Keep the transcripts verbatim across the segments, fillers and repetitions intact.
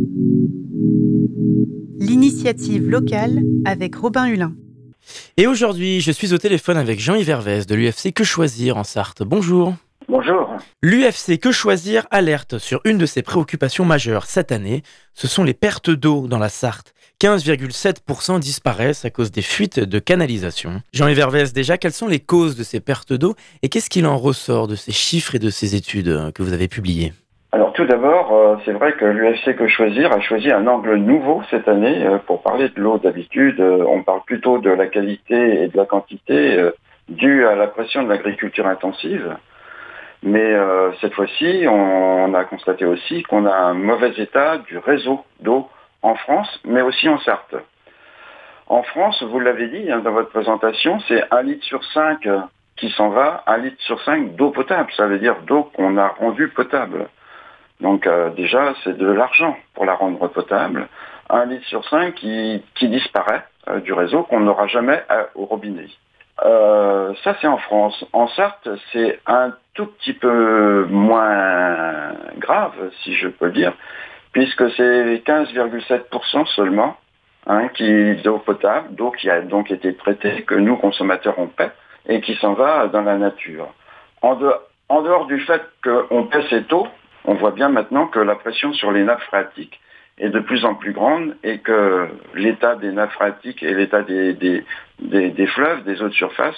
L'initiative locale avec Robin Hulin. Et aujourd'hui, je suis au téléphone avec Jean-Yves Hervès de l'U F C Que Choisir en Sarthe. Bonjour. Bonjour. L'U F C Que Choisir alerte sur une de ses préoccupations majeures cette année, ce sont les pertes d'eau dans la Sarthe. quinze virgule sept pour cent disparaissent à cause des fuites de canalisation. Jean-Yves Hervès, déjà, quelles sont les causes de ces pertes d'eau et qu'est-ce qu'il en ressort de ces chiffres et de ces études que vous avez publiées ? Alors tout d'abord, euh, c'est vrai que l'U F C Que Choisir a choisi un angle nouveau cette année euh, pour parler de l'eau. D'habitude, euh, on parle plutôt de la qualité et de la quantité euh, due à la pression de l'agriculture intensive. Mais euh, cette fois-ci, on, on a constaté aussi qu'on a un mauvais état du réseau d'eau en France, mais aussi en Sarthe. En France, vous l'avez dit hein, dans votre présentation, c'est un litre sur cinq qui s'en va, un litre sur cinq d'eau potable. Ça veut dire d'eau qu'on a rendue potable. Donc euh, déjà, c'est de l'argent pour la rendre potable. Un litre sur cinq qui, qui disparaît euh, du réseau, qu'on n'aura jamais à, au robinet. Euh, ça, c'est en France. En Sarthe, c'est un tout petit peu moins grave, si je peux le dire, puisque c'est quinze virgule sept pour cent seulement hein, qui, d'eau potable, d'eau qui a donc été traitée, que nous, consommateurs, on paie, et qui s'en va dans la nature. En, de, en dehors du fait qu'on paie cette eau, on voit bien maintenant que la pression sur les nappes phréatiques est de plus en plus grande et que l'état des nappes phréatiques et l'état des, des, des, des fleuves, des eaux de surface,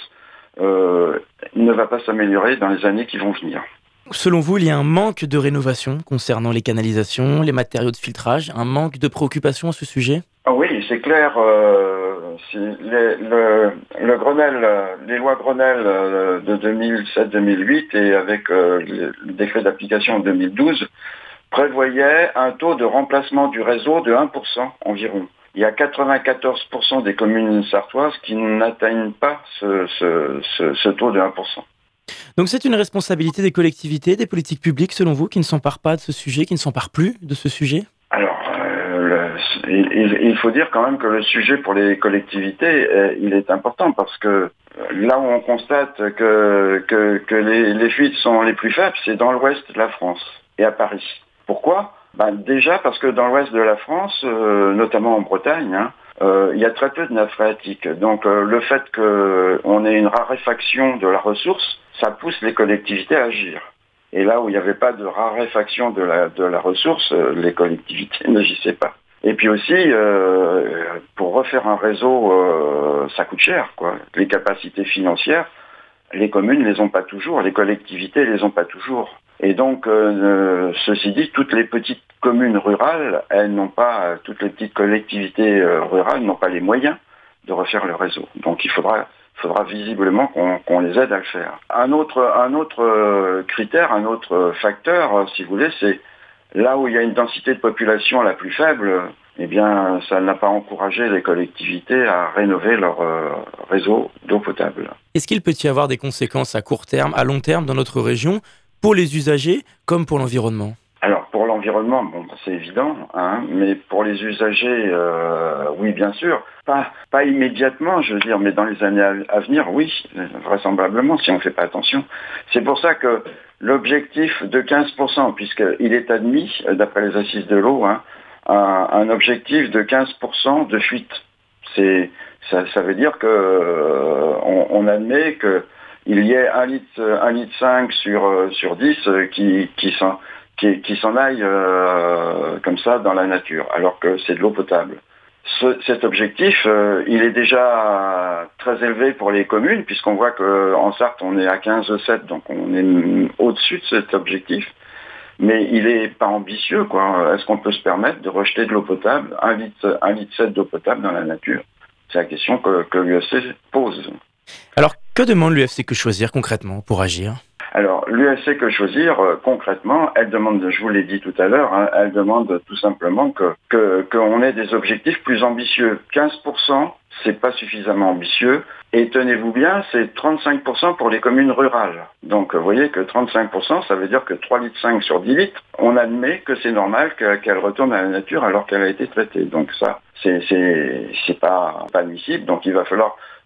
euh, ne va pas s'améliorer dans les années qui vont venir. Selon vous, il y a un manque de rénovation concernant les canalisations, les matériaux de filtrage, un manque de préoccupation à ce sujet ? Ah oui, c'est clair. Euh, c'est les, le, le Grenelle, les lois Grenelle euh, de deux mille sept deux mille huit et avec euh, le décret d'application en deux mille douze prévoyaient un taux de remplacement du réseau de un pour cent environ. Il y a quatre-vingt-quatorze pour cent des communes sartoises qui n'atteignent pas ce, ce, ce, ce taux de un pour cent. Donc c'est une responsabilité des collectivités, des politiques publiques selon vous, qui ne s'emparent pas de ce sujet, qui ne s'emparent plus de ce sujet ? Alors, euh, le, il, il faut dire quand même que le sujet pour les collectivités, euh, il est important parce que là où on constate que, que, que les, les fuites sont les plus faibles, c'est dans l'ouest de la France et à Paris. Pourquoi ? Ben déjà parce que dans l'ouest de la France, euh, notamment en Bretagne, hein, euh, il y a très peu de nappes phréatiques. Donc euh, le fait qu'on ait une raréfaction de la ressource, ça pousse les collectivités à agir. Et là où il n'y avait pas de raréfaction de la, de la ressource, les collectivités n'agissaient pas. Et puis aussi, euh, pour refaire un réseau, euh, ça coûte cher, quoi. Les capacités financières, les communes ne les ont pas toujours, les collectivités ne les ont pas toujours. Et donc, euh, ceci dit, toutes les petites communes rurales, elles n'ont pas, toutes les petites collectivités euh, rurales n'ont pas les moyens de refaire le réseau. Donc il faudra Il faudra visiblement qu'on, qu'on les aide à le faire. Un autre, un autre critère, un autre facteur, si vous voulez, c'est là où il y a une densité de population la plus faible, eh bien, ça n'a pas encouragé les collectivités à rénover leur euh, réseau d'eau potable. Est-ce qu'il peut y avoir des conséquences à court terme, à long terme dans notre région, pour les usagers comme pour l'environnement ? Alors pour l'environnement, bon, c'est évident, hein, mais pour les usagers, euh, oui bien sûr, pas, pas immédiatement, je veux dire, mais dans les années à, à venir, oui, vraisemblablement, si on ne fait pas attention. C'est pour ça que l'objectif de quinze pour cent, puisqu'il est admis, d'après les assises de l'eau, hein, un, un objectif de quinze pour cent de fuite. C'est, ça, ça veut dire que euh, on, on admet que il y ait un litre, un litre cinq sur sur dix qui qui sont qui, qui s'en aillent euh, comme ça dans la nature, alors que c'est de l'eau potable. Ce, cet objectif, euh, il est déjà très élevé pour les communes, puisqu'on voit qu'en Sarthe, on est à quinze virgule sept, donc on est au-dessus de cet objectif. Mais il n'est pas ambitieux, quoi. Est-ce qu'on peut se permettre de rejeter de l'eau potable, un litre, un litre sept d'eau potable dans la nature ? C'est la question que, que l'U F C pose. Alors, que demande l'U F C Que Choisir concrètement pour agir ? Alors, l'U F C Que Choisir, euh, concrètement, elle demande, je vous l'ai dit tout à l'heure, hein, elle demande tout simplement que, que, qu'on ait des objectifs plus ambitieux. quinze pour cent, c'est pas suffisamment ambitieux. Et tenez-vous bien, c'est trente-cinq pour cent pour les communes rurales. Donc, vous voyez que trente-cinq pour cent, ça veut dire que trois litres cinq sur dix litres, on admet que c'est normal que, qu'elle retourne à la nature alors qu'elle a été traitée. Donc ça, c'est, c'est, c'est pas, pas admissible. Donc il va falloir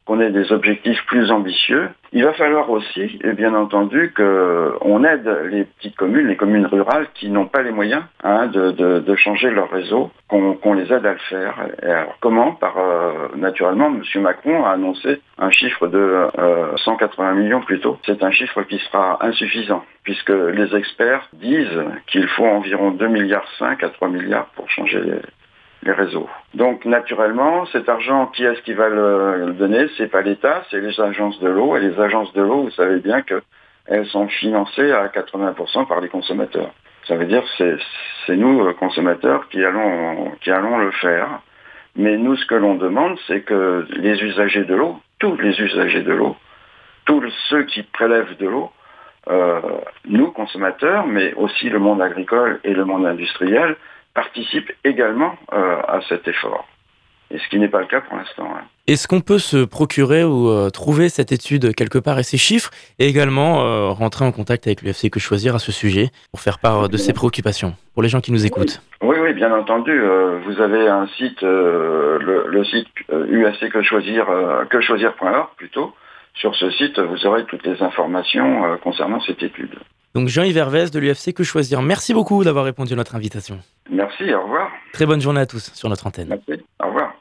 qu'on ait des objectifs plus ambitieux. Il va falloir aussi, et bien entendu, qu'on aide les petites communes, les communes rurales qui n'ont pas les moyens hein, de, de, de changer leur réseau, qu'on, qu'on les aide à le faire. Et alors comment Par euh, naturellement, M. Macron a annoncé un chiffre de euh, cent quatre-vingts millions plus tôt. C'est un chiffre qui sera insuffisant, puisque les experts disent qu'il faut environ deux virgule cinq milliards à trois milliards pour changer les les réseaux. Donc naturellement, cet argent, qui est-ce qui va le, le donner? C'est pas l'État, c'est les agences de l'eau. Et les agences de l'eau, vous savez bien qu'elles sont financées à quatre-vingts pour cent par les consommateurs. Ça veut dire que c'est, c'est nous, consommateurs, qui allons, qui allons le faire. Mais nous, ce que l'on demande, c'est que les usagers de l'eau, tous les usagers de l'eau, tous ceux qui prélèvent de l'eau, euh, nous, consommateurs, mais aussi le monde agricole et le monde industriel, participent également euh, à cet effort. Et ce qui n'est pas le cas pour l'instant. Hein. Est-ce qu'on peut se procurer ou euh, trouver cette étude quelque part et ces chiffres et également euh, rentrer en contact avec l'U F C Que Choisir à ce sujet pour faire part de ses préoccupations pour les gens qui nous écoutent? Oui, oui, bien entendu. Euh, vous avez un site, euh, le, le site euh, U F C Que Choisir, euh, que choisir point org plutôt. Sur ce site, vous aurez toutes les informations euh, concernant cette étude. Donc Jean-Yves Hervès de l'U F C Que Choisir, merci beaucoup d'avoir répondu à notre invitation. Merci, au revoir. Très bonne journée à tous sur notre antenne. Merci, au revoir.